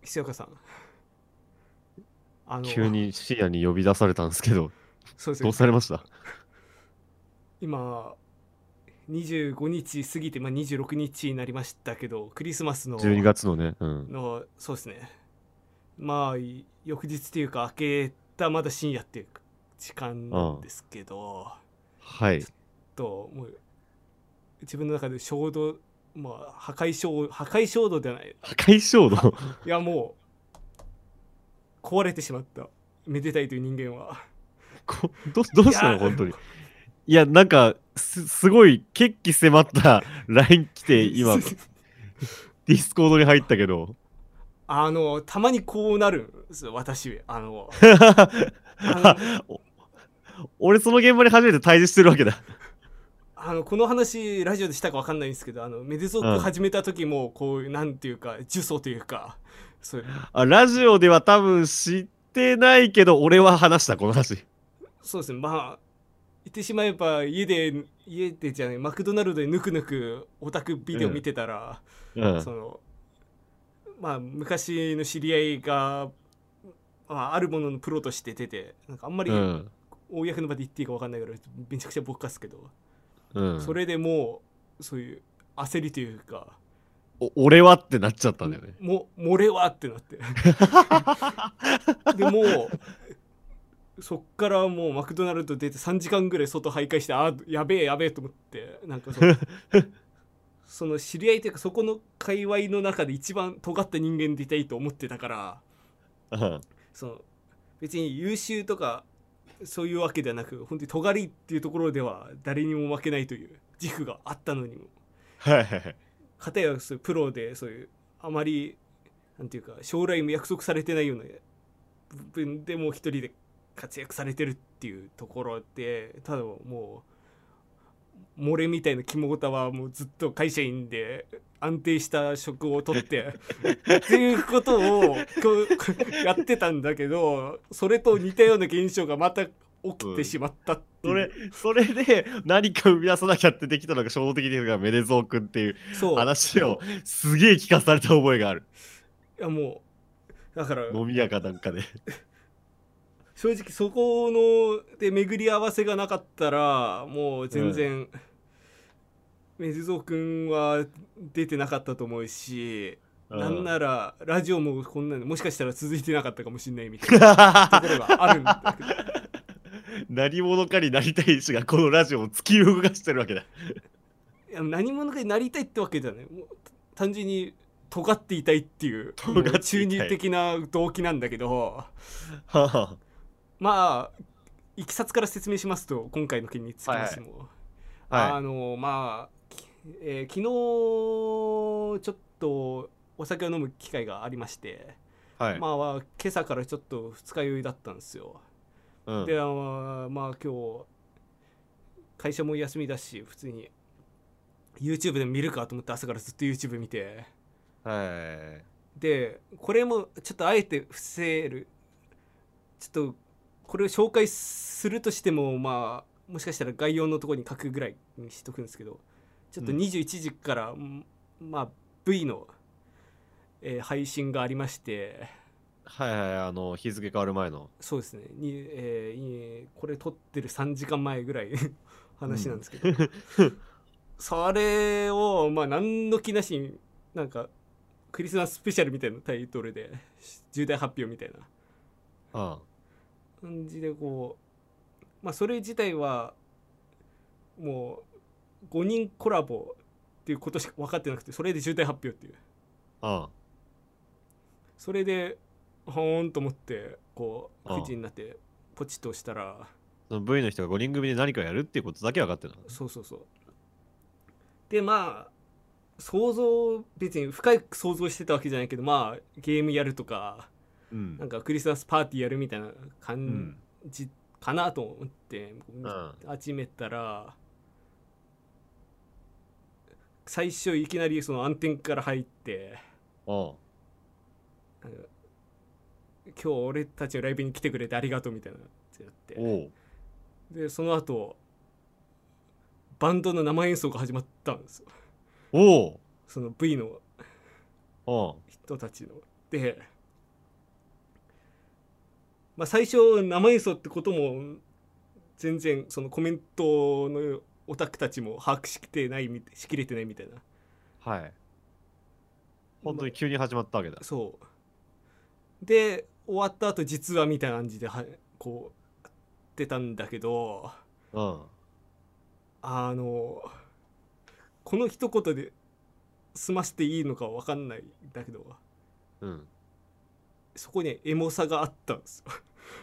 石岡さん、あの、 急に深夜に呼び出されたんですけど、どうそうですね、 されました？ 今、25日過ぎて、26日になりましたけど、クリスマス 12 の、 月のね、うん。 そうですね、翌日というか、明けたまだ深夜っていう時間なんうん。 ですけど、 はい。 もう、自分の中で衝動、破壊衝動ではない。 破壊衝は、 動。 いや、もう、壊れてしまった。めでたいという人間は。 どうしたいや、 の本当に。いや、なんか、すごい、決起迫った LINE 来て、今、ディスコードに入ったけど。 たまにこうなるんですよ、私。あの、 お俺、その現場に初めて対峙してるわけだ。 この話ラジオでしたか分かんないんですけど、メデゾークうん。 始めた時もこうなんていうか呪詛というか、そうラジオでは多分知ってないけど、俺は話した、この話。 そうですね。言ってしまえば家でじゃない、マクドナルドでぬくぬくオタクビうん。 デオ見てたら、 うん。 その昔の知り合いが、あるもののプロとして出て、なんかあんまりうん。 公の場で言っていいか分かんないからめちゃくちゃぼっかすけど、 うん。 それでもうそういう焦りというか、 俺はってなっちゃったんだよね。 漏れはってなってでもそっからもうマクドナルド出て3時間ぐらい外徘徊して、やべえやべえと思って、なんかその知り合いというかそこの界隈の中で一番尖った人間でいたいと思ってたから、 うん。 その別に優秀とかそういうわけではなく、本当に尖りっていうところでは誰にも負けないという自負があったのにも、 はいはいはい。 片やそういうプロでそういうあまりなんていうか将来も約束されてないような部分でも一人で活躍されてるっていうところで、ただもう漏れみたいな肝ごたはもうずっと会社員で安定した職を取ってっていうことをやってたんだけど、それと似たような現象がまた起きてうん。 しまったってそれ、 いう。 それで何か生み出さなきゃってできたのが衝動的ですが、メデゾー君っていうそ話をすげえ聞かされた覚えがある。 う、いやもうだから飲み屋かなんかで。 正直そこので巡り合わせがなかったらもううん。 全然メジゾー君は出てなかったと思うし、なんなうん。 らラジオもこんなのもしかしたら続いてなかったかもしれないみたいなところがあるんだけど、 何者かになりたい意志がこのラジオを突き動かしてるわけだ。 いや何者かになりたいってわけじゃない、もう単純に尖っていたいっていうもう尖って中二いたい。 的な動機なんだけど、 はあ。 まあいきさつから説明しますと、今回の件につきはいはい。 ましても、 はい。 昨日ちょっとお酒を飲む機会がありまして、 はい。 今朝からちょっと二日酔いだったんですよ。で、 うん。 今日会社も休みだし、普通に YouTube でも見るかと思って朝からずっと YouTube 見て、 はい。 でこれもちょっとあえて伏せる、ちょっとこれを紹介するとしてももしかしたら概要のところに書くぐらいにしとくんですけど、ちょっとうん。 21時からV の、配信がありまして、 はいはい。日付変わる前の。 そうですねこれ撮ってる3時間前ぐらいうん。 話なんですけど、それを何の気なしになんかクリスマススペシャルみたいなタイトルで重大発表みたいなあ感じでそれ自体はもう5人コラボっていうことしか分かってなくて、それで重大発表っていう、 あ。 それでほーんと思って9時ああ。 になってポチッと押したら、 その V の人が5人組で何かやるっていうことだけ分かってるの。 そうそうそう、で想像別に深く想像してたわけじゃないけど、ゲームやるとかうん。 なんかクリスマスパーティーやるみたいな感うん。 じかなと思ってうん。 始めたら、最初いきなりその暗転から入って、 おう。 なんか今日俺たちのライブに来てくれてありがとうみたいなってやって、 おう。 でその後バンドの生演奏が始まったんですよ、 おう。 その V のおう。 人たちの。 で、まあ、最初生演奏ってことも全然そのコメントのオタクたちも把握しきれてないみたいな。 はい。本当に急に始まったわけだ。 そうで終わった後実はみたいな感じでこう出たんだけど、 うん。 この一言で済ませていいのか分かんないんだけど、 うん。 そこにエモさがあったんですよ。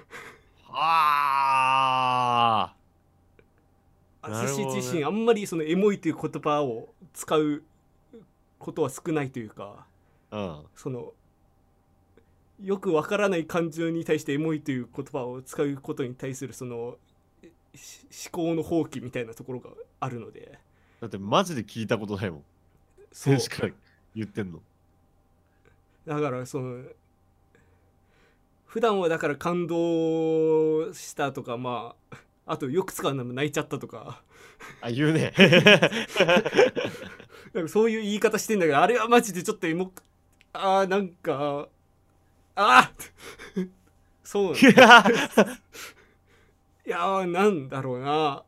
ああ。なる私ほどね。 自身あんまりそのエモいという言葉を使うことは少ないというか、 うん。 そのよくわからない感情に対してエモいという言葉を使うことに対するその思考の放棄みたいなところがあるので。 だってマジで聞いたことないもん。 そう選手から言ってんの。 だからその普段はだから感動したとか、まああとよく使うのも泣いちゃったとか、 あ、言うね。 なんかそういう言い方してんだけど、あれはマジでちょっとエモく、なんかそうなんだ。いやなんだろうな、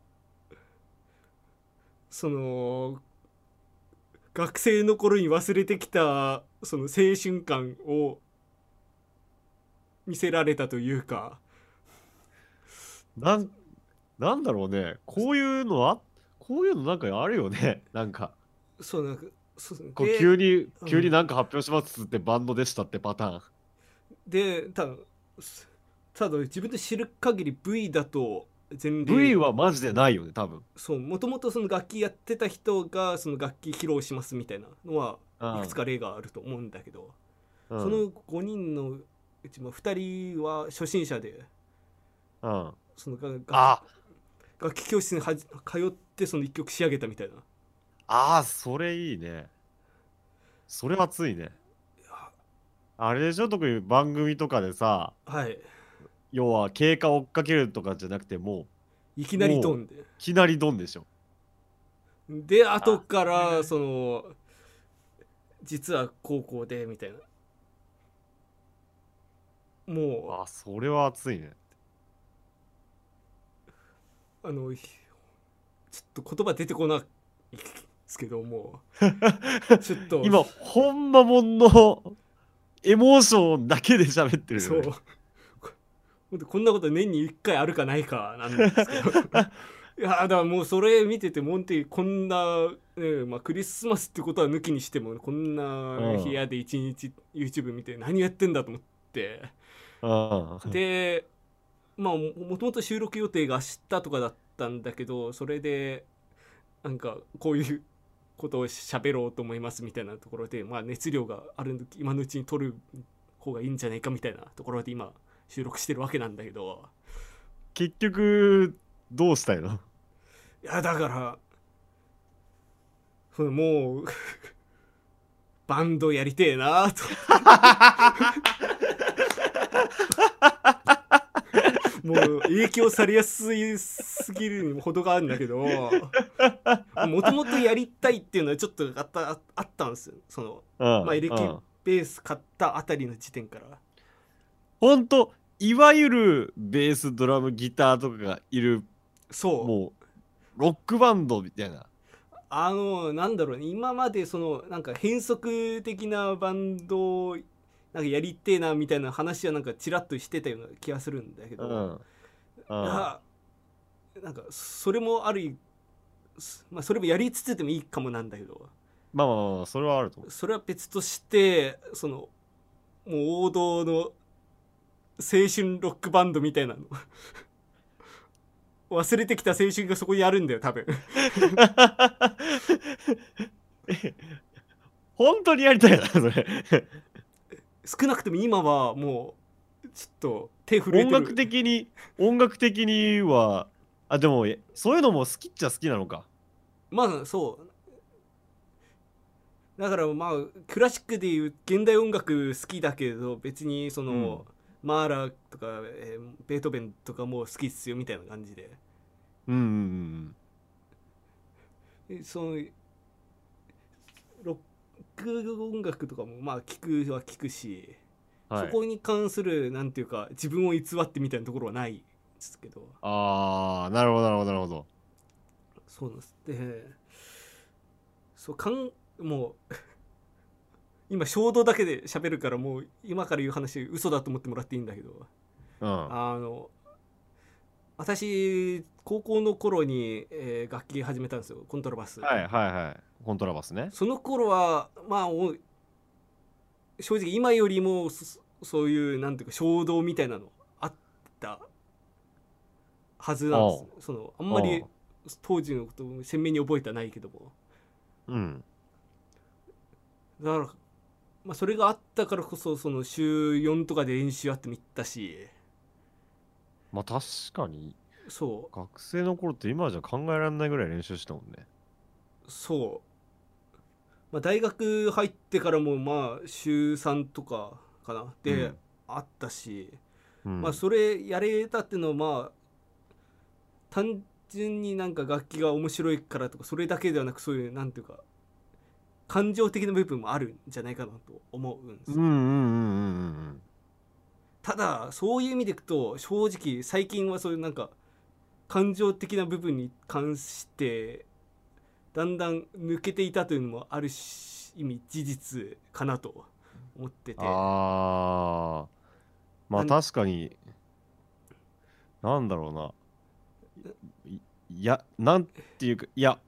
その学生の頃に忘れてきたその青春感を見せられたというか。 なん、なんだろうね。こういうのなんかあるよね。なんか、 そうなんかそうこうで、 急になんか発表しますってバンドでしたってパターン。 ただ自分で知る限り V だと前例 V はマジでないよね、多分。 そうもともとその楽器やってた人がその楽器披露しますみたいなのはうん。 いくつか例があると思うんだけど、そのうん。 5人のうちも2人は初心者で、 うん。 そのあ、 楽器教室に通ってその1曲仕上げたみたいな。 それいいね。それ熱いね。あれでしょ、特に番組とかでさ、 はい、 要は経過追っかけるとかじゃなくていきなりもう、いドンで、 きなりドンでしょ。 後あ、 からその実は高校でみたいな、もそれは熱いね。 うちょっと言葉出てこないですけども、ちょっと今、ほんまもんのエモーションだけで喋ってるよそうね。 こんなこと年に1回あるかないかなんですけどいやだからもうそれ見てて本当にこんな、まあ、クリスマスってことは抜きにしてもこんなうん。 部屋で一日 YouTube 見て何やってんだと思って、 うん。 でまあもともと収録予定が明日とかだったんだけど、それでなんかこういうことを喋ろうと思いますみたいなところで、まあ、熱量がある今のうちに撮る方がいいんじゃないかみたいなところで今収録してるわけなんだけど、 結局、どうしたいの？ いやだからもうバンドやりてえなともう影響されやすぎるにも程があるんだけど、もともとやりたいっていうのはちょっとあったんですよ。そのうん。 まあエレキうん。 ベース買ったあたりの時点から。 ほんと、いわゆるベース、ドラム、ギターとかがいる、 そうもう、ロックバンドみたいな。 なんだろうね、今までそのなんか変則的なバンドをなんかやりてえなみたいな話はなんかちらっとしてたような気がするんだけど、 うん。うん。 いやなんかそれもある、まあ、それもやりつつでもいいかもなんだけど、 まあまあまあ、それはあると思それは別として、そのもう王道の青春ロックバンドみたいなの忘れてきた青春がそこにあるんだよ多分本当にやりたいな、それ。 少なくとも今はもうちょっと手震え音楽てる。 的に、音楽的には、でも、そういうのも好きっちゃ好きなのか。 まあそうだからまあクラシックでいう現代音楽好きだけど別にそうん。 のマーラーとか、ベートーベンとかも好きっすよみたいな感じで、 うんうんそのロック音楽とかもまあ聞くは聞くし、 そはい。 こに関するなんていうか自分を偽ってみたいなところはないですけど。 ああ、なるほど、なるほど、なるほど。 そうなんです。で、そうもう今衝動だけで喋るからもう今から言う話嘘だと思ってもらっていいんだけど、 うん。はあの私高校の頃に、楽器始めたんですよ、コントラバス。 い、はい、はい。コントラバスね。 その頃はまあ正直今よりもそういうなんていうか衝動みたいなのあったはずなんです。 おう、 あんまりおう。 当時のことを鮮明に覚えてはないけども、 うん。 だから、まあ、それがあったからこそ週4とかで練習あっても行ったし。 まあ確かに、 そう学生の頃って今じゃ考えられないぐらい練習したもんね。 そう、まあ、大学入ってからもまあ週3とかかなでうん。 あったし、まあうん。 それやれたっていうのはまあ単純になんか楽器が面白いからとかそれだけではなく、そういうなんていうか感情的な部分もあるんじゃないかなと思うんですよ。 うんうんうんうんただそういう意味でいくと正直最近はそういうなんか感情的な部分に関してだんだん抜けていたというのもある意味事実かなと思ってて。 ああ、まあなん確かに、なんだろうな。いいや、なんていうか、いや、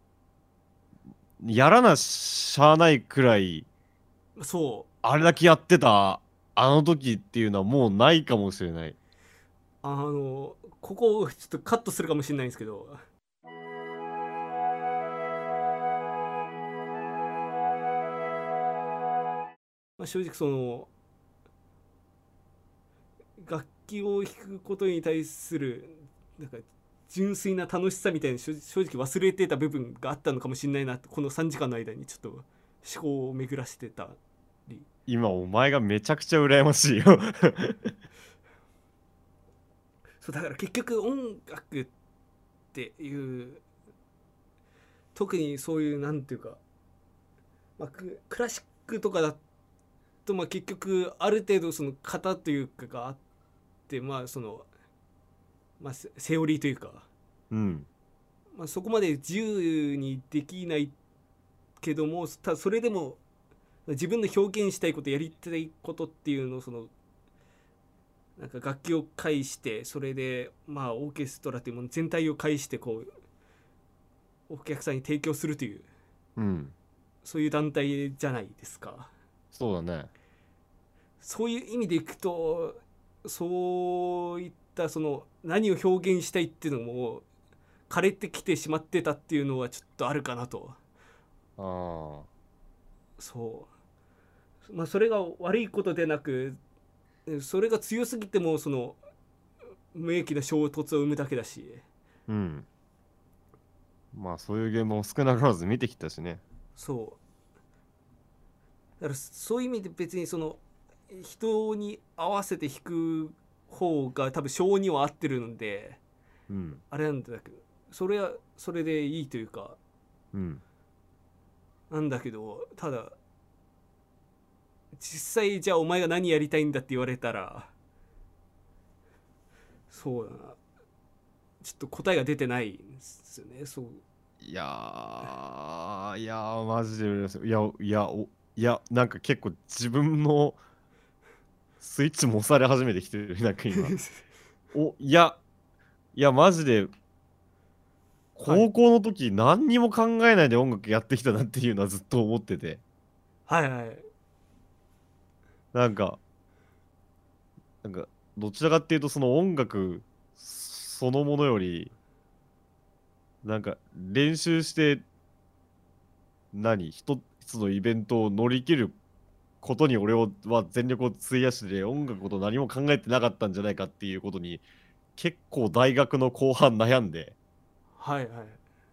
やらなしゃあないくらい、 そうあれだけやってた、あの時っていうのはもうないかもしれない。 ここをちょっとカットするかもしれないんですけど、まあ、正直楽器を弾くことに対するなんか純粋な楽しさみたいな正直忘れてた部分があったのかもしれないなと、この3時間の間にちょっと思考を巡らせてたり。 今、お前がめちゃくちゃ羨ましいよ。 そうだから結局音楽っていう特にそういうなんていうか、まあ、クラシックとかだとまあ結局ある程度型というかがあって、まあまあ、セオリーというか、 うん。 まあ、そこまで自由にできないけどもそれでも自分の表現したいことやりたいことっていうのをなんか楽器を介してそれでまあオーケストラというもの全体を介してお客さんに提供するといううん。 そういう団体じゃないですか。 そうだね。 そういう意味でいくとそういった何を表現したいっていうのも枯れてきてしまってたっていうのはちょっとあるかなと。 ああ。 まあそれが悪いことでなく、それが強すぎても無益な衝突を生むだけだし。 うん。まあそういうゲームも少なからず見てきたしね。 だからそういう意味で別に人に合わせて弾く方が多分性には合ってるのでうん。 あれなんだけど、それはそれでいいというかうん。 なんだけど、ただ実際じゃあお前が何やりたいんだって言われたら、そうだな、ちょっと答えが出てないんですよね。 いやー、マジで羨ましい。いや、なんか結構自分のスイッチも押され始めてきてる。なんか今。マジで、 はい、 高校の時何にも考えないで音楽やってきたなっていうのはずっと思ってて。 はいはい。 なんか、なんか、どちらかっていうとその音楽そのものより、なんか練習して一つのイベントを乗り切ることには全力を費やして音楽のこと何も考えてなかったんじゃないかっていうことに結構大学の後半悩んで、 はいはい。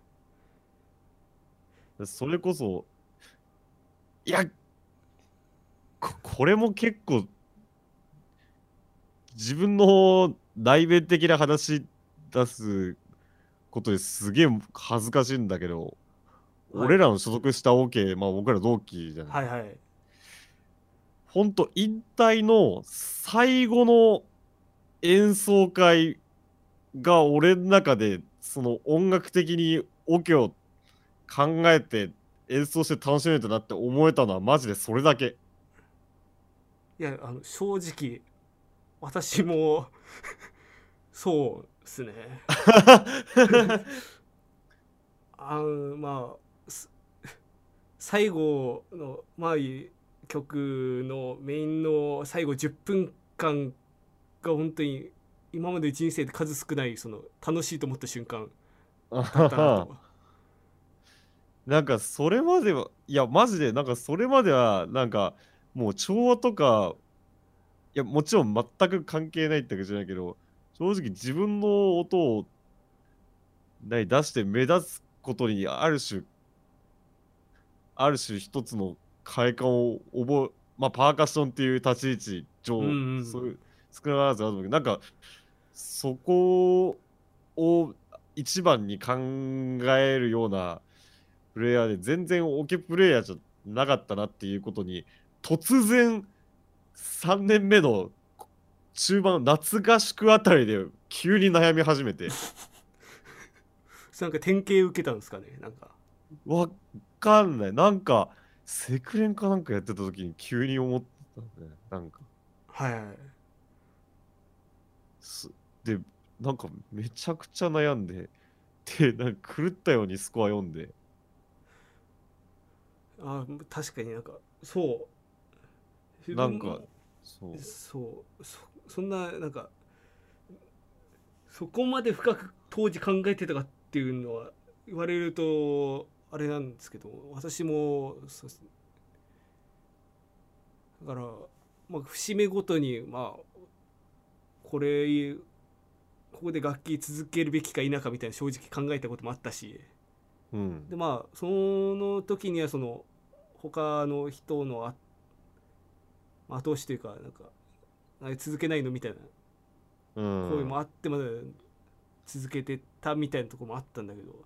それこそ、いや、これも結構自分の内面的な話出すことですげえ恥ずかしいんだけど、 はい俺らの所属したオケ、まあ僕ら同期じゃない。 はいはい。 ほんと引退の最後の演奏会が俺の中でその音楽的にオケを考えて演奏して楽しめたなって思えたのはマジでそれだけ。 いや正直私もそうですね。まあ最後の曲のメインの最後10分間が本当に今まで人生で数少ないその楽しいと思った瞬間だったなと。 なんかそれまでは、いやマジでなんかそれまではなんかもう調和とか、いやもちろん全く関係ないってわけじゃないけど、正直自分の音を出して目立つことにある種一つの快感をまあパーカッションっていう立ち位置うんう上、 ん。 そういう少なからずあると思うけど、なんかそこを一番に考えるようなプレイヤーで全然オケプレイヤーじゃなかったなっていうことに突然3年目の中盤夏合宿あたりで急に悩み始めて、 なんか典型受けたんですかねなんか。 わかんない、なんかセクレンかなんかやってた時に急に思ってたんだね。なんかはいはい。 すでなんかめちゃくちゃ悩んでなんか狂ったようにスコア読んで、 確かになんかそう自なんか分もそうそんななんかそこまで深く当時考えてたかっていうのは言われるとあれなんですけど、私もそうですね。だから、節目ごとにこれここで楽器続けるべきか否かみたいな正直考えたこともあったし、 うんでその時にはその他の人の後押しというかなんか続けないのみたいなう声もん。 あってまだ続けてたみたいなところもあったんだけど。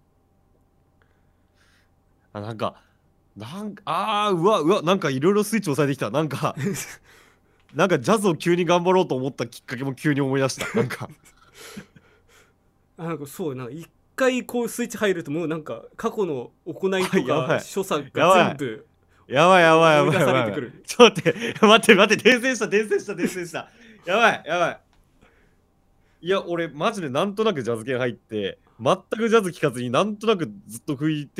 うわ、なんかいろいろスイッチ押さえてきた。なんかジャズを急に頑張ろうと思ったきっかけも急に思い出した。なんか、 なんかそうなんか一回こうスイッチ入るともうなんか過去の行いとやばい、 か所作がやばい、 全部やばい、やばい、やばい、 思い出されやばい、やばい。 てくる。 ちょっと待って、伝染した。やばい、やばい。いや、俺、マジでなんとなくジャズ系入って、全くジャズ聴かずになんとなくずっと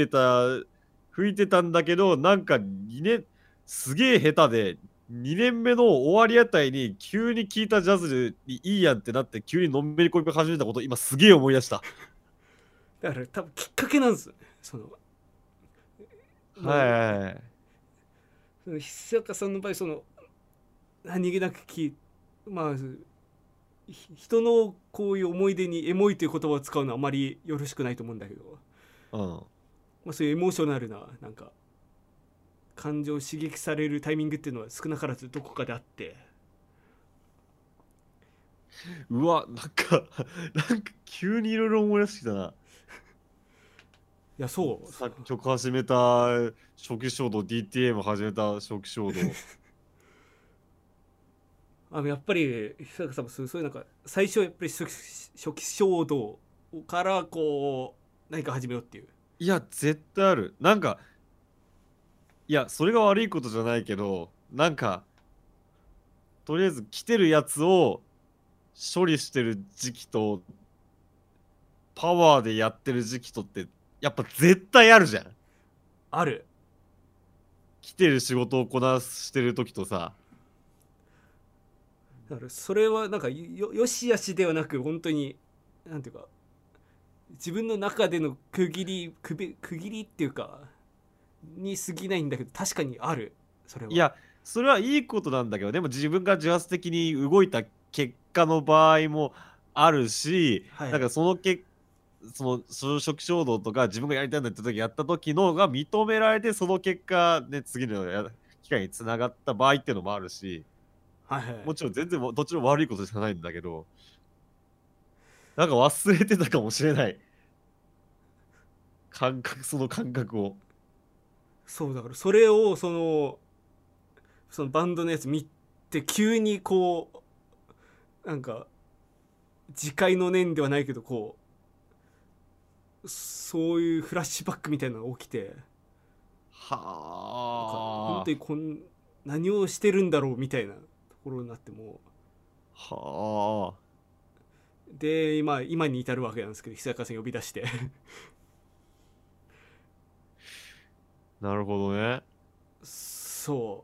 吹いてたんだけど、なんか2年、すげえ下手で、2年目の終わりあたりに急に聴いたジャズにいいやんってなって、急にのんびりこい始めたこと、今すげえ思い出した。 だから多分きっかけなんですよね。そのもうはい。 久坂さんの場合その何気なく人のこういう思い出にエモいという言葉を使うのはあまりよろしくないと思うんだけど、 うん。 そういうエモーショナルななんか感情を刺激されるタイミングっていうのは少なからずどこかであって。 うわ、なんか急にいろいろ思い出してきたな。 いやそうそう。 作曲始めた初期衝動、DTM 始めた初期衝動。 やっぱり久坂さんもそういうなんか最初はやっぱり初期衝動からこう何か始めようっていう。 いや、絶対ある。なんか、いや、それが悪いことじゃないけど、なんか、とりあえず来てるやつを処理してる時期と、パワーでやってる時期とって、やっぱ絶対あるじゃん。 ある。 来てる仕事をこなしてる時とさ。 だからそれはなんかよしあしではなく本当になんていうか自分の中での区切りっていうかに過ぎないんだけど確かにある。それは。 いや、それはいいことなんだけど、でも自分が自発的に動いた結果の場合もあるし、なんかはいはい。 その初期衝動とか自分がやりたいんだって時やった時のが認められて、その結果ね、次の機会につながった場合っていうのもあるし、 はいはい。 もちろん全然どっちも悪いことじゃないんだけど、なんか忘れてたかもしれない。その感覚を。 そうだからそれをそのそのバンドのやつ見て急にこうなんか自戒の念ではないけどこうそういうフラッシュバックみたいなのが起きて、なんか本は当に何をしてるんだろうみたいなところになってもあ。はあ。 で今に至るわけなんですけど、久坂さん呼び出してなるほどね。 そ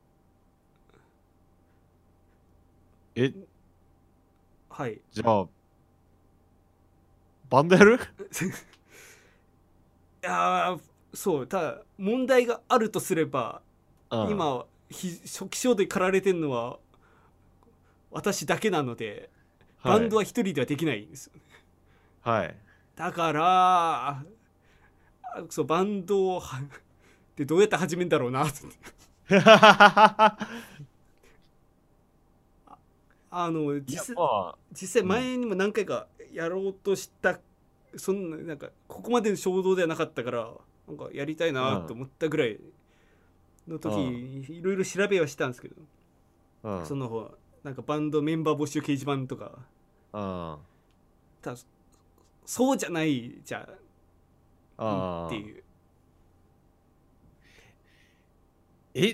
え、 うはいじゃあ、バンドやる？ いやそうただ問題があるとすれば、 うん。 今初期衝動に駆られてるのは私だけなのでバはい。 ンドは一人ではできないんですよ。 はい。 だからそうバンドをでどうやって始めるんだろうなっていや、まあ、 実際うん。 前にも何回かやろうとしたそんななんかここまでの衝動ではなかったからなんかやりたいうん。 なと思ったぐらいのうん。 時いろいろ調べはしたんですけど、 うん。 そのなんかバンドメンバー募集掲示板とかうん。 ただそうじゃないじゃんってああ。 いう。 え、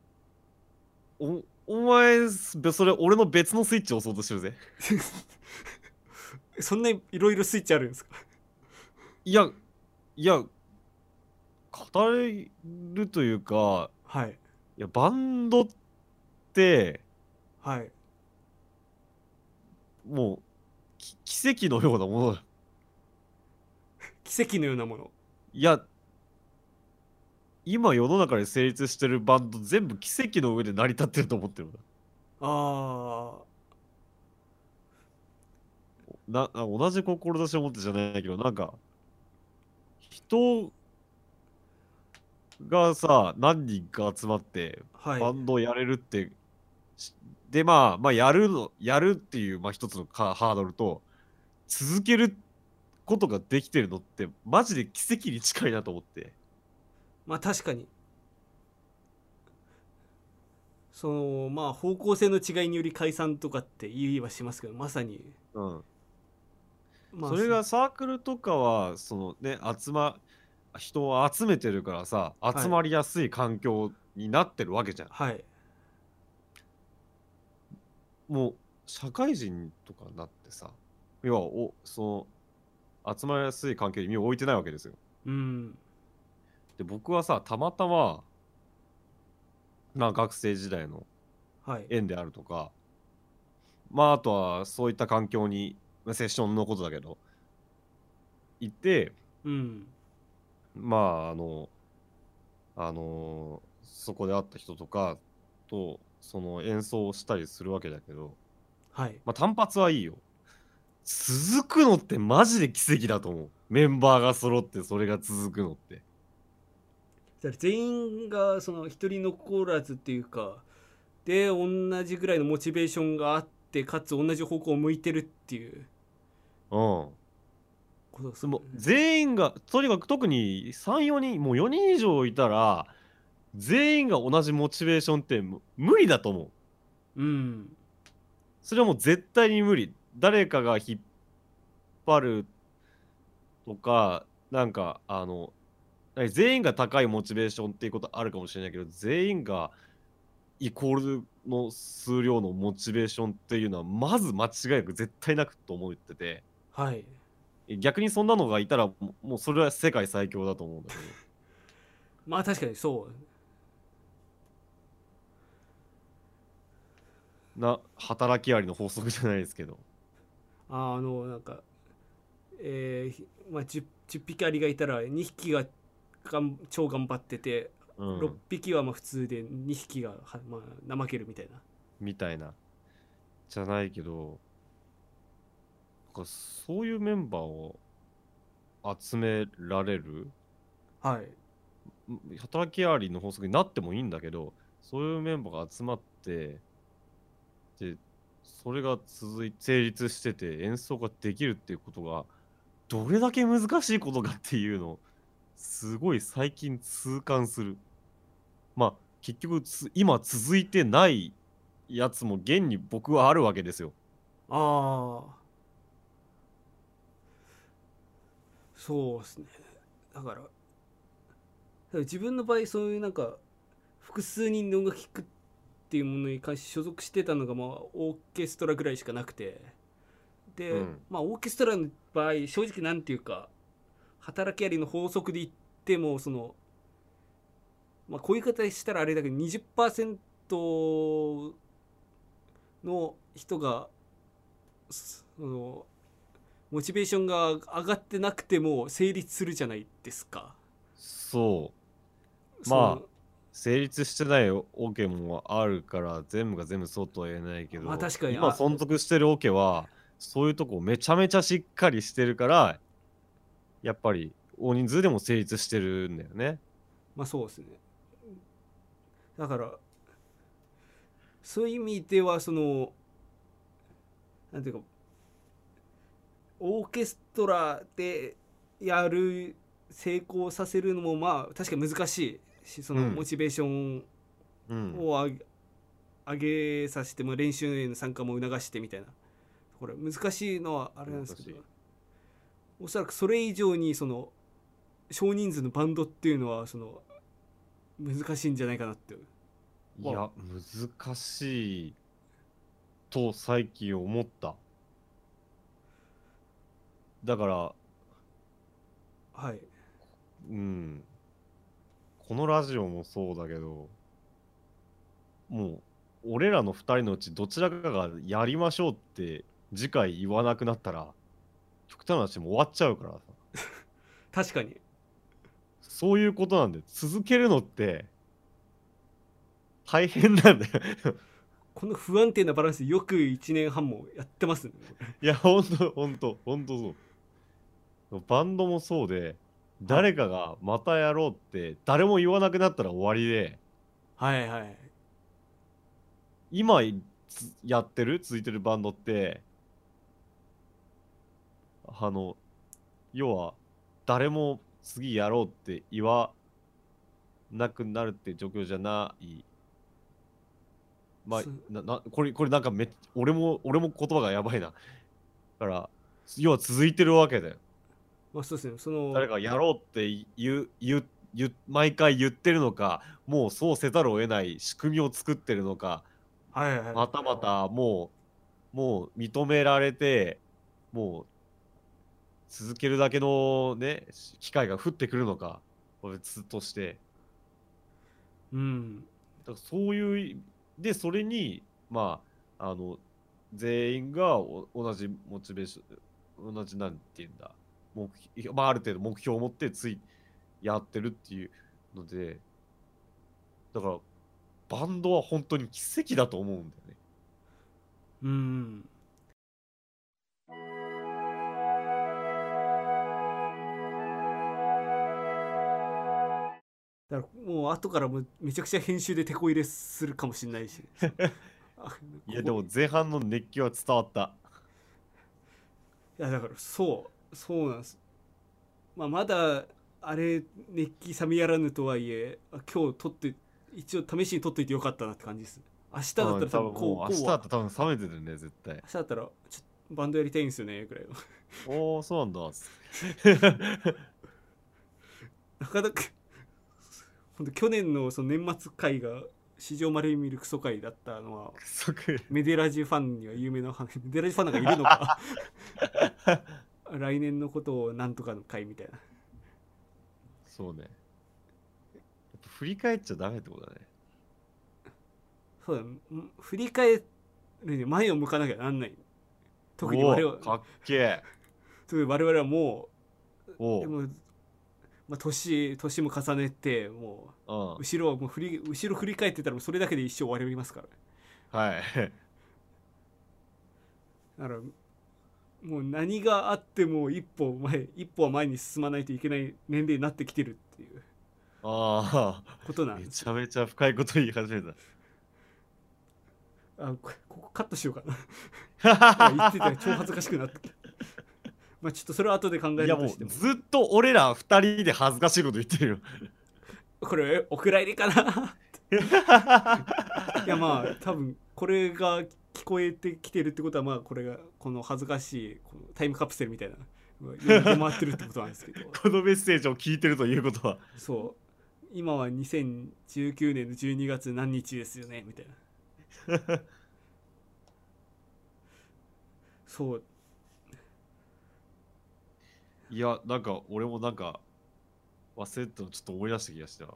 お前、それ俺の別のスイッチ押そうとしてるぜ。 そんないろいろスイッチあるんですか？ いや、いや、語れるというか、 はいいや、バンドって、 はいもう、奇跡のようなものだ。 奇跡のようなもの。 いや、今世の中で成立してるバンド全部奇跡の上で成り立ってると思ってるんだ。 あ同じ志を持ってじゃないけど、なんか、人がさ、何人か集まってバあはいンドをやれるって、しで、やるっていう、まあ一つのハードルと、続けることができてるのって、マジで奇跡に近いなと思って。 まあ確かにそのまあ方向性の違いにより解散とかって言いはしますけど、まさにうん。 まあそれがサークルとかは、そのね、人を集めてるからさ、集はいまりやすい環境になってるわけじゃん。 はいもう、社会人とかになってさ、要は、集まりやすい環境に身を置いてないわけですよ。 うんで、僕はさ、たまたま、学生時代のはい縁であるとか、まあ、あとはそういった環境に、セッションのことだけど、いて、 うんまあ、そこで会った人とかと、その演奏をしたりするわけだけど、 はいまあ、単発はいいよ。続くのってマジで奇跡だと思う。メンバーが揃ってそれが続くのって。 だから全員がその一人残らずっていうかで同じぐらいのモチベーションがあってかつ同じ方向を向いてるっていううん。 ことですかね。 でも、全員が、とにかく特に3、4人、もう4人以上いたら、全員が同じモチベーションって無理だと思う。 うんそれはもう絶対に無理。誰かが引っ張るとか、全員が高いモチベーションっていうことあるかもしれないけど、全員がイコールの数量のモチベーションっていうのは、まず間違いなく絶対なくと思ってて、 はい逆にそんなのがいたら、もうそれは世界最強だと思うんだけど。 まあ確かにそう働きありの法則じゃないですけど。 なんかまあ、10匹アリがいたら2匹が超頑張ってて6 うん。 匹はまあ普通で2匹がまあ、怠けるみたいな。 みたいな。じゃないけど、そういうメンバーを集められるはい働きありの法則になってもいいんだけど、そういうメンバーが集まって、で、それが成立してて演奏ができるっていうことが、どれだけ難しいことかっていうのを、すごい最近痛感する。まあ、 結局今続いてないやつも現に僕はあるわけですよ。 ああ、そうですね。だから自分の場合そういうなんか複数人で音楽聴くっていうものに関して所属してたのがまあオーケストラぐらいしかなくて、で、まあオーケストラの場合正直なんていうか働きありの法則で言ってもその、まあ、こういう言い方したらあれだけど 20% の人がそのモチベーションが上がってなくても成立するじゃないですか。 そうまあ成立してないオケもあるから全部が全部そうとは言えないけど、 まあ確かに今存続してるオケはそういうとこめちゃめちゃしっかりしてるからやっぱり大人数でも成立してるんだよね。 まあそうですね。だからそういう意味ではそのなんていうかオーケストラでやる成功させるのもまあ確かに難しいし、そのモチベーションを上げさせても練習への参加も促してみたいな、これ難しいのはあれなんですけど、おそらくそれ以上にその少人数のバンドっていうのはその難しいんじゃないかなって。 いや難しいと最近思った。だからはい、 このラジオもそうだけどもう俺らの2人のうちどちらかがやりましょうって次回言わなくなったら極端な話も終わっちゃうからさ。 確かにそういうことなんで続けるのって大変なんだよこの不安定なバランスよく1年半もやってますね。 いやほんとそうバンドもそうで誰かがまたやろうって誰も言わなくなったら終わりで、 はいはい、 今続いてるバンドって要は誰も次やろうって言わなくなるって状況じゃない。まあこれなんか俺も言葉がやばいな。だから要は続いてるわけだよ。 まあそうですね、その誰かやろうって毎回言ってるのか、もうそうせざるを得ない仕組みを作ってるのか、 はいはい、 またまたもう認められてもう続けるだけのね機会が降ってくるのか別として、だからそういうでそれにまあ全員が同じモチベーション同じなんていうんだまあ、ある程度目標を持ってやってるっていうので、だからバンドは本当に奇跡だと思うんだよね。 だからもう後からもめちゃくちゃ編集でテこ入れするかもしれないしいやでも前半の熱気は伝わった。 いやだからそうなんです。まあまだあれ熱気冷めやらぬとはいえ今日撮って一応試しに撮っといてよかったなって感じです。明日だったら多分明日だったら多分冷めてるね絶対。 明日だったらちょっとバンドやりたいんですよねぐらいのおおそうなんだなかなか本当去年のその年末回が史上まれに見るクソ回だったのはメデラジファンには有名なメデラジファンなんかいるのか来年のことをなんとかの回みたいな。 そうね、やっぱ振り返っちゃダメってことだね。 そうだ、振り返るに前を向かなきゃなんない。特に我々 かっけえ我々はもうでもまあ、年も重ねてもう後ろ振り返ってたらそれだけで一生終わりますから、 はいだからもう何があっても一歩は前に進まないといけない年齢になってきてるっていうことなんです。 めちゃめちゃ深いこと言い始めた。 ここカットしようかな言ってたら超恥ずかしくなってきたまあちょっとそれは後で考えるとしても。 ずっと俺ら2人で恥ずかしいこと言ってるよこれお蔵入りかないやまあ多分これが聞こえてきてるってことはまあこれがこの恥ずかしいこのタイムカプセルみたいな世に出回ってるってことなんですけどこのメッセージを聞いてるということは。 そう今は2019年の12月何日ですよねみたいなそういや、なんか俺もなんか忘れてたのちょっと思い出した気がした。 い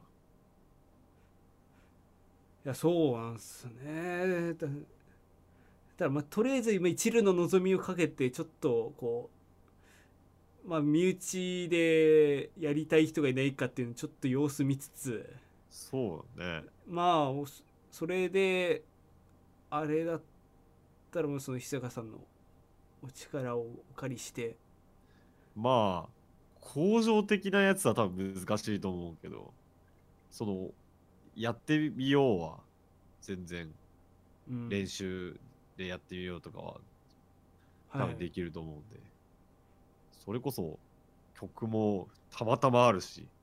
やそうなんすねだからまあとりあえず今一縷の望みをかけてちょっとこうまあ身内でやりたい人がいないかっていうのをちょっと様子見つつそうね。 まあそれであれだったらもうその久坂さんのお力をお借りしてまあ、恒常的なやつは多分難しいと思うけど、その、やってみようは、全然うん練習でやってみようとかは多はい分できると思うんで、それこそ曲もたまたまあるし、 い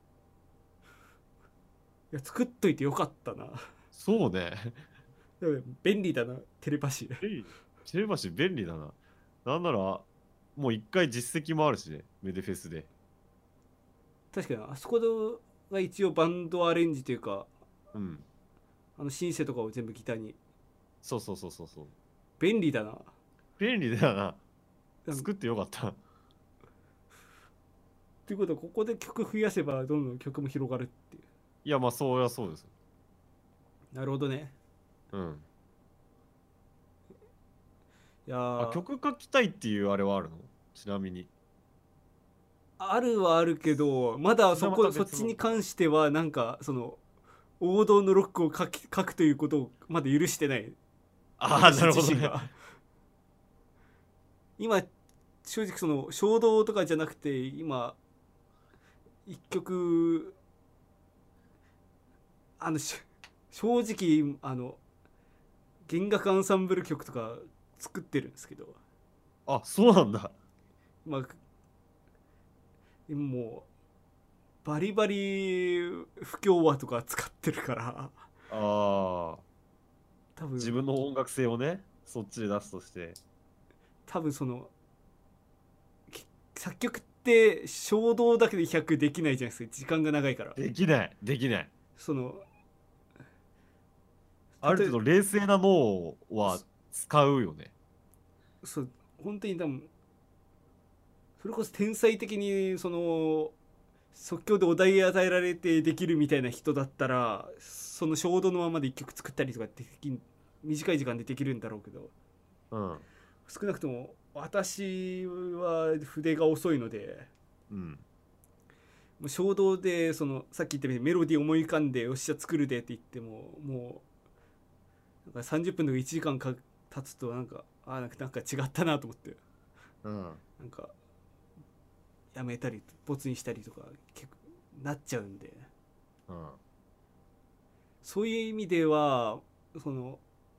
や作っといてよかったなそうね。 でも便利だなテレパシー便利テレパシー便利だな。なんなら、もう一回実績もあるしね、メデフェスで。 確かにあそこが一応バンドアレンジというかうん。 シンセとかを全部ギターにそうそうそうそうそう。 便利だな便利だよな。 なん作ってよかった。 ということはここで曲増やせばどんどん曲も広がるっていいや、まあ、そうやそうです。 うなるほどねうん。あ、 いやー曲書きたいっていうあれはあるの？ちなみに。 あるはあるけどまだそれはまたそっ別の。 ちに関してはなんかその王道のロックを書くということをまだ許してないああ、 私なるほどね。 自身が今正直その衝動とかじゃなくて今一曲正直弦楽アンサンブル曲とか作ってるんですけどあ、そうなんだ。 まあもうバリバリ不協和とか使ってるからああ、 多自分分の音楽性をね、そっちで出すとして。 多分その作曲って衝動だけで100できないじゃないですか時間が長いからできない、できない。 そのある例え程度冷静な脳は使うよね。 そう本当に多分それこそ天才的にその即興でお題与えられてできるみたいな人だったらその衝動のままで一曲作ったりとか短い時間でできるんだろうけどうん。 少なくとも私は筆が遅いのでうん。 もう衝動でそのさっき言ったようにメロディー思い浮かんでよっしゃ作るでって言ってももうなんか30分とか1時間経つとなんかなんか違ったなと思ってうん。 なんかやめたりボツにしたりとか結構なっちゃうんでうん。 そういう意味ではその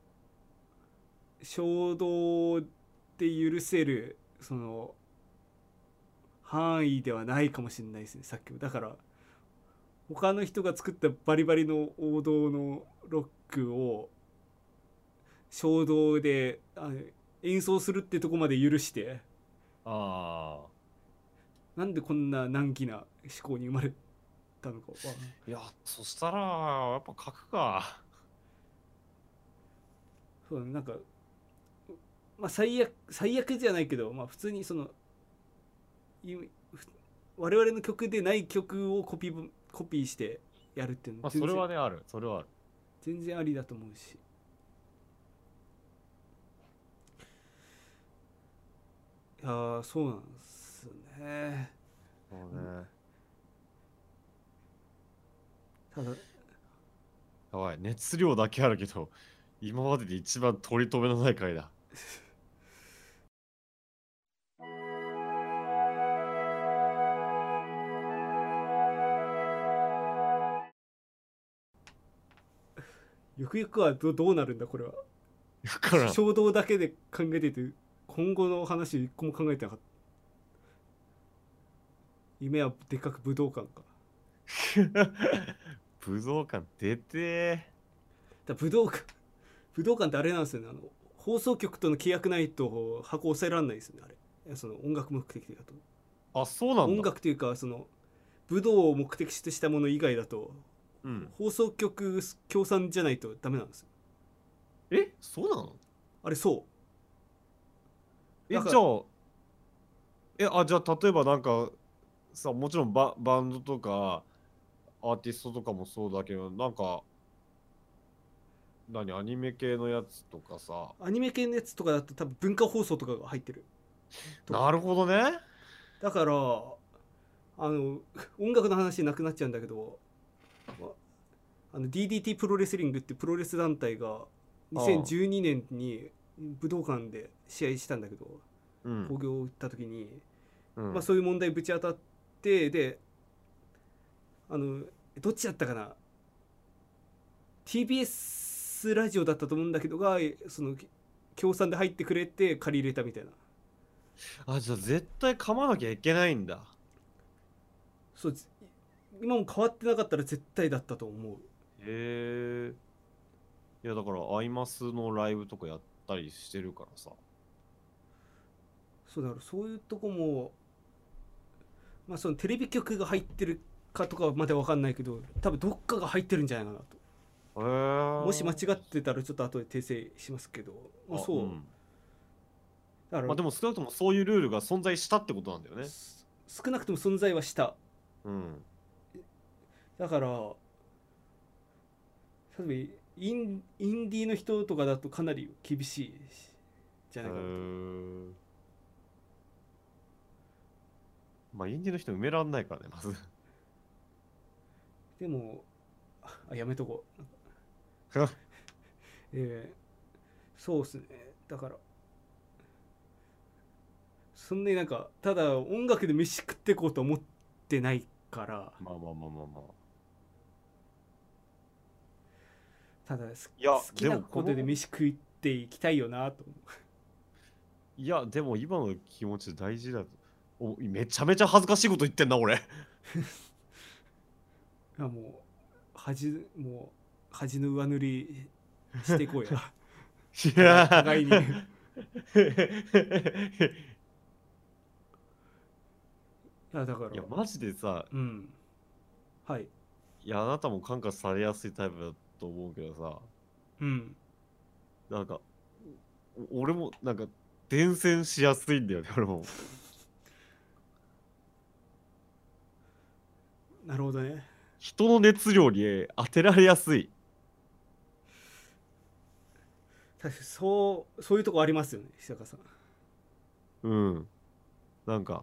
衝動で許せるその範囲ではないかもしれないですねさっきもだから他の人が作ったバリバリの王道のロックを衝動で演奏するってとこまで許してああ。 なんでこんな難儀な思考に生まれたのかいや、そしたら、やっぱ書くか。 そうなんかまあ最悪じゃないけどまあ普通にその我々の曲でない曲をコピーしてやるっていうのまあ、 全然それはね、ある。それはある。 全然ありだと思うしいやそうなんですねそうね。 ただやばい、熱量だけあるけど、今までで一番取り留めのない回だ。 ゆくゆくはどうなるんだこれはだからん。 衝動だけで考えてて今後の話一個も考えてなかった夢はでっかく武道館か武道館出て武道館ってあれなんですよね、放送局との契約ないと箱抑えられないですよね、あれ。その音楽目的だと。 あ、そうなん音だ。 楽というか、その武道を目的としたもの以外だと、 うん。 放送局協賛じゃないとダメなんですよ。 そうなの？ あれそう。だからじゃあ、じゃあ例えばなんかさ、もちろんバンドとかアーティストとかもそうだけど、なんかアニメ系のやつとかさ。 アニメ系のやつとかだと多分文化放送とかが入ってるとか。 なるほどね。 だから音楽の話なくなっちゃうんだけど、DDT プロレスリングってプロレス団体が2012年に武道館で試合したんだけど、 うん興行を打った時に、 うんそういう問題ぶち当たって、でどっちだったかな、 TBS ラジオだったと思うんだけどがその協賛で入ってくれて借り入れたみたいな。 じゃあ絶対噛まなきゃいけないんだ。 そう、今も変わってなかったら絶対だったと思う。 へえ。いやだからアイマスのライブとかやったりしてるからさ。 そうだからそういうとこも、そのテレビ局が入ってるかとかまでは分かんないけど、多分どっかが入ってるんじゃないかなと。 へえ。 もし間違ってたらちょっと後で訂正しますけど、そう、だから、 でも少なくともそういうルールが存在したってことなんだよね。 少なくとも存在はした。 うん。 だから例えばインディーの人とかだとかなり厳しいじゃないかなと。 インディの人埋めらんないからね、まず。 でもやめとこう。そうっすね。だからそんなになんかただ音楽で飯食ってこうと思ってないから。 まあ。 ただいや、 好きなことで飯食っていきたいよなと思う。 いや、でも今の気持ち大事だと。めちゃめちゃ恥ずかしいこと言ってんな、俺。 いやもう恥の上塗りしていこうや。 いや互いに。だから、 いやマジでさ、 はい。 いやあなたも感化されやすいタイプだと思うけどさ、なんか俺もなんか伝染しやすいんだよね、俺も。 なるほどね。 人の熱量に当てられやすい。 確かにそういうとこありますよね、久坂さん。 なんか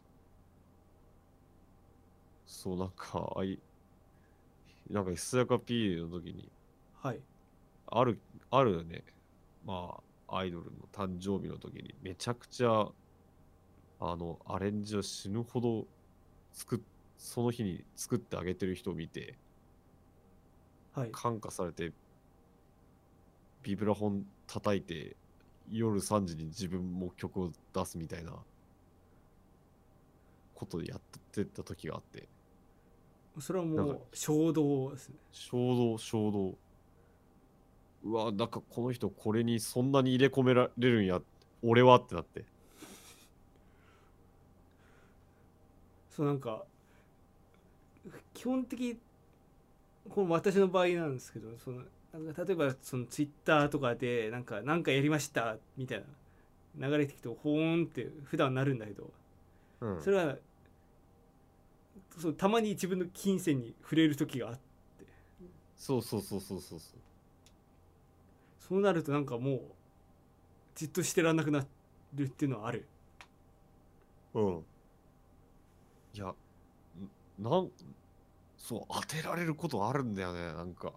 そうなんかひそやか P の時に、 はい。 あるよね、アイドルの誕生日の時にめちゃくちゃアレンジを死ぬほどその日に作ってあげてる人を見て、 はい。 感化されてビブラフォン叩いて夜3時に自分も曲を出すみたいなことでやってた時があって、 それはもう衝動ですね。 衝動。うわ、なんかこの人これにそんなに入れ込められるんや、俺はってなって。 そうなんか基本的、この私の場合なんですけど、なんか例えばそのツイッターとかでなんかやりましたみたいな流れてきてほーんって普段なるんだけど、それはたまに自分の金銭に触れる時があって、 そう。 そうなるとなんかもうじっとしてらんなくなるっていうのはある。 いや、そう当てられることあるんだよね、なんか。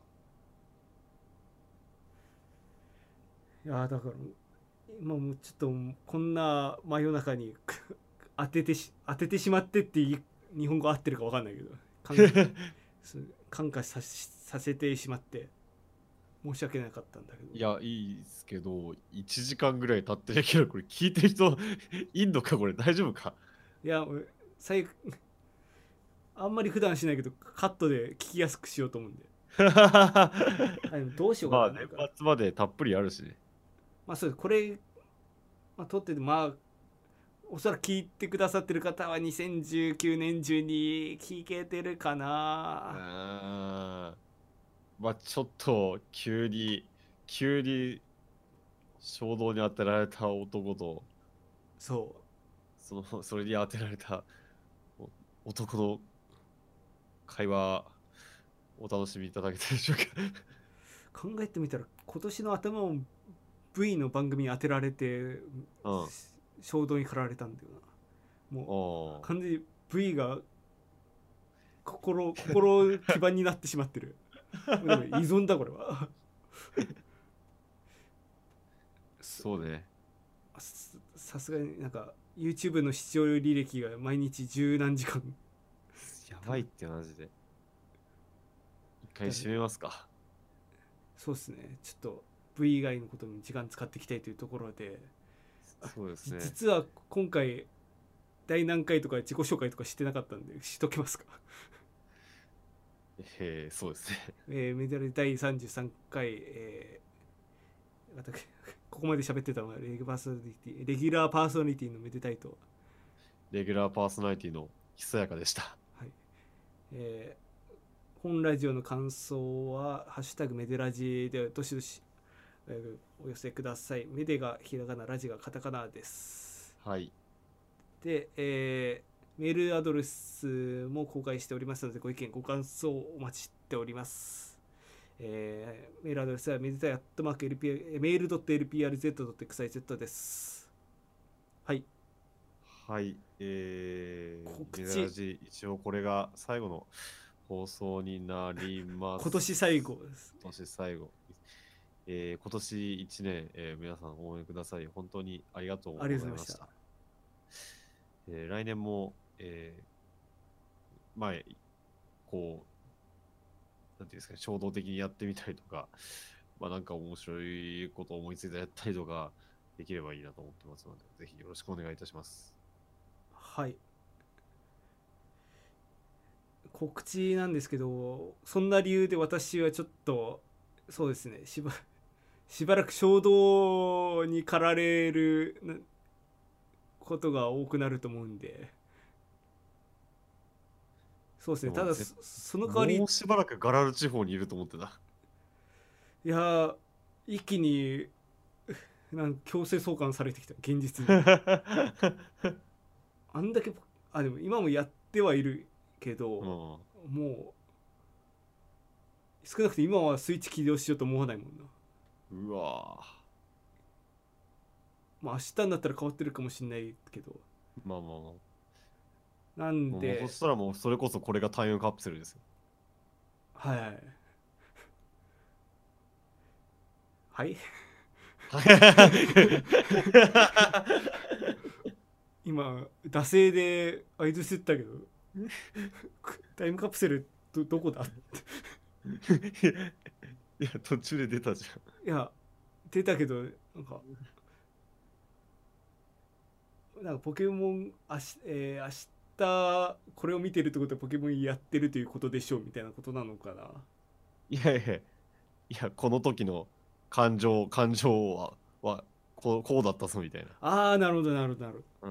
いやだから今もうちょっとこんな真夜中に当ててしまってって日本語合ってるか分かんないけど感化させてしまって申し訳なかったんだけど。 いや、いいですけど、1時間ぐらい経ってるけど、これ聞いてる人いんのか、これ大丈夫か。 いや俺あんまり普段しないけどカットで聞きやすくしようと思うんで。 あでもどうしようかな、 まあ、年なんか末までたっぷりあるしね。 まあそうです、これ、まあ、撮っててまあおそらく聞いてくださってる方は2019年中に聞けてるかうーな。 ん。まあ、ちょっと、急に衝動に当てられた男と、 そそれに当てられたお男の会話、お楽しみいただけたでしょうか。 う、考えてみたら今年の頭を V の番組に当てられてうん。 衝動に駆られたんだよな。もうおー。 完全に V が心基盤になってしまってる。でも依存だこれは。 そうね。 さすがになんか YouTube の視聴履歴が毎日十何時間。 やばいってマジで。一回閉めますか。 そうですね、ちょっと V 以外のことに時間使っていきたいというところで、 そうですね。 実は今回第何回とか自己紹介とかしてなかったんでしとけますか。 そうですね。 メダル第33回、私ここまで喋ってたのはレギュラーパーソナリティのめでたいと、 レギュラーパーソナリティのひそやかでした。 はいえ本ラジオの感想は「ハッシュタグメデラジ」でどしどし、お寄せください。メデがひらがな、ラジがカタカナです。 はい。 で、メールアドレスも公開しておりますので、ご意見ご感想お待ちしております。メールアドレスはメデタイアットマーク メール .lprz.xyz です。はい。 はい。メダラ告知、 ジ、一応これが最後の放送になります。 今年最後です。 今年最後。今年1年、皆さん応援ください。本当にありがとうございました。 ありがとうございました。 来年も、前、こう、なんていうんですかね、衝動的にやってみたりとか、まあなんか面白いことを思いついてやったりとかできればいいなと思ってますので、ぜひよろしくお願いいたします。 はい。告知なんですけど、そんな理由で私はちょっと、そうですね、しばらく衝動に駆られることが多くなると思うんで、そうですね、ただでもその代わり、 もうしばらくガラル地方にいると思ってた。 いや一気に強制送還されてきた、現実に。あんだけ、でも今もやってはいるけど、 うん、 もう、少なくとも今はスイッチ起動しようと思わないもんな。 うわまあ明日になったら変わってるかもしれないけど。 まあまあまあ。 なんもうそで、 したらもうそれこそこれがタイムカプセルですよ。 はい。はい。今、惰性で合図してたけど、タイムカプセルどこだ。 いや、途中で出たじいや、出たけど、なんかポケモン明日これを見てるってことはポケモンやってるということでしょうみたいなことなのかな。 ゃん。いやいやいや、この時の感情はこうだったぞみたいな。 ああ、なるほどなるほどなるほど。 うん。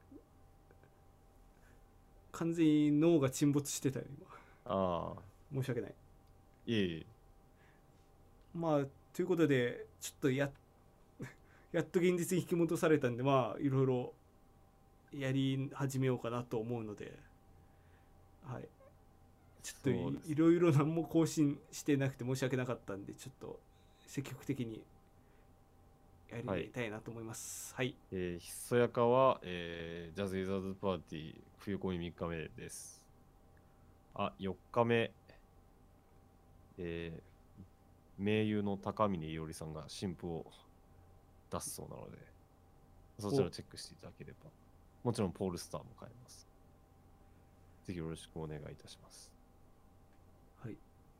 完全に脳が沈没してたよああ、 今。申し訳ない。 いえいえ。 まあということでちょっとやっと現実に引き戻されたんで、まあいろいろやり始めようかなと思うので、はい、ちょっとそうです。 いろいろ何も更新してなくて申し訳なかったんで、ちょっと積極的にやはい。 りたいなと思います。はい。 ひそやかは、ジャズ・イザーズ・パーティー冬込み3日目です。4日目、え盟友の高峰伊織さんが新譜を出すそうなので、そちらをチェックしていただければ。もちろん、ポールスターも買えます。ぜひよろしくお願いいたします。 はい。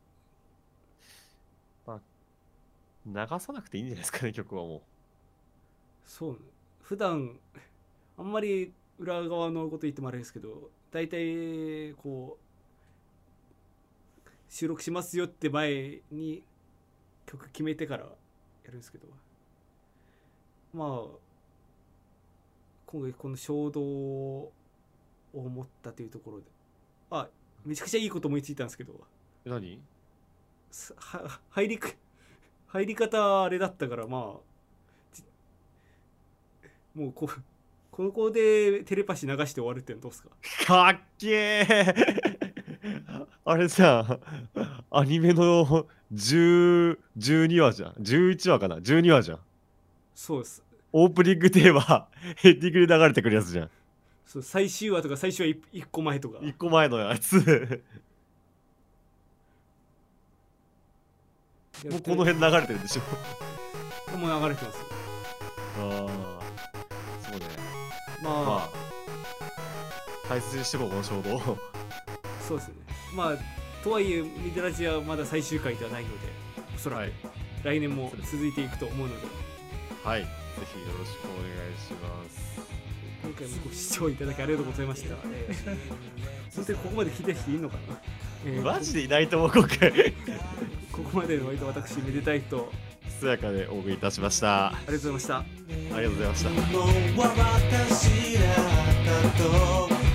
まあ、流さなくていいんじゃないですかね、曲はもそうね、普段あんまり裏側のこと言ってもあれですけど、大体こ収録しますよって前に曲決めてからやるんですけど、まあ今回この衝動を持ったというところで、めちゃくちゃいいこと思いついたんですけど、 何？ 入り方あれだったから、もうここでテレパシー流して終わるってのどうですか？ かっけーあれさ、アニメの12話じゃん。11話かな ?12 話じゃん。 そうです。 オープニングテーマ、ヘッディングで流れてくるやつじゃん。 そう、最終話とか最終話1個前とか。 1個前のやつ。もうこの辺流れてるでしょ。 もう流れてます。 そうね。 まあ、 大切にしてこう、この衝動。 そうですね。とはいえミドラジはまだ最終回ではないので、おそらく来年も続いていくと思うので、 はい、ぜひよろしくお願いします。 今回もご視聴いただきありがとうございました。本当にここまで聞いた人いるのかな？ マジでいないと思う、今回。 ここまでのお相手は私、めでたいとすやかでお送りいたしました。 ありがとうございました。 ありがとうございました。 私らだと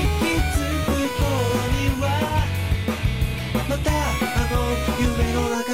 またあの夢の中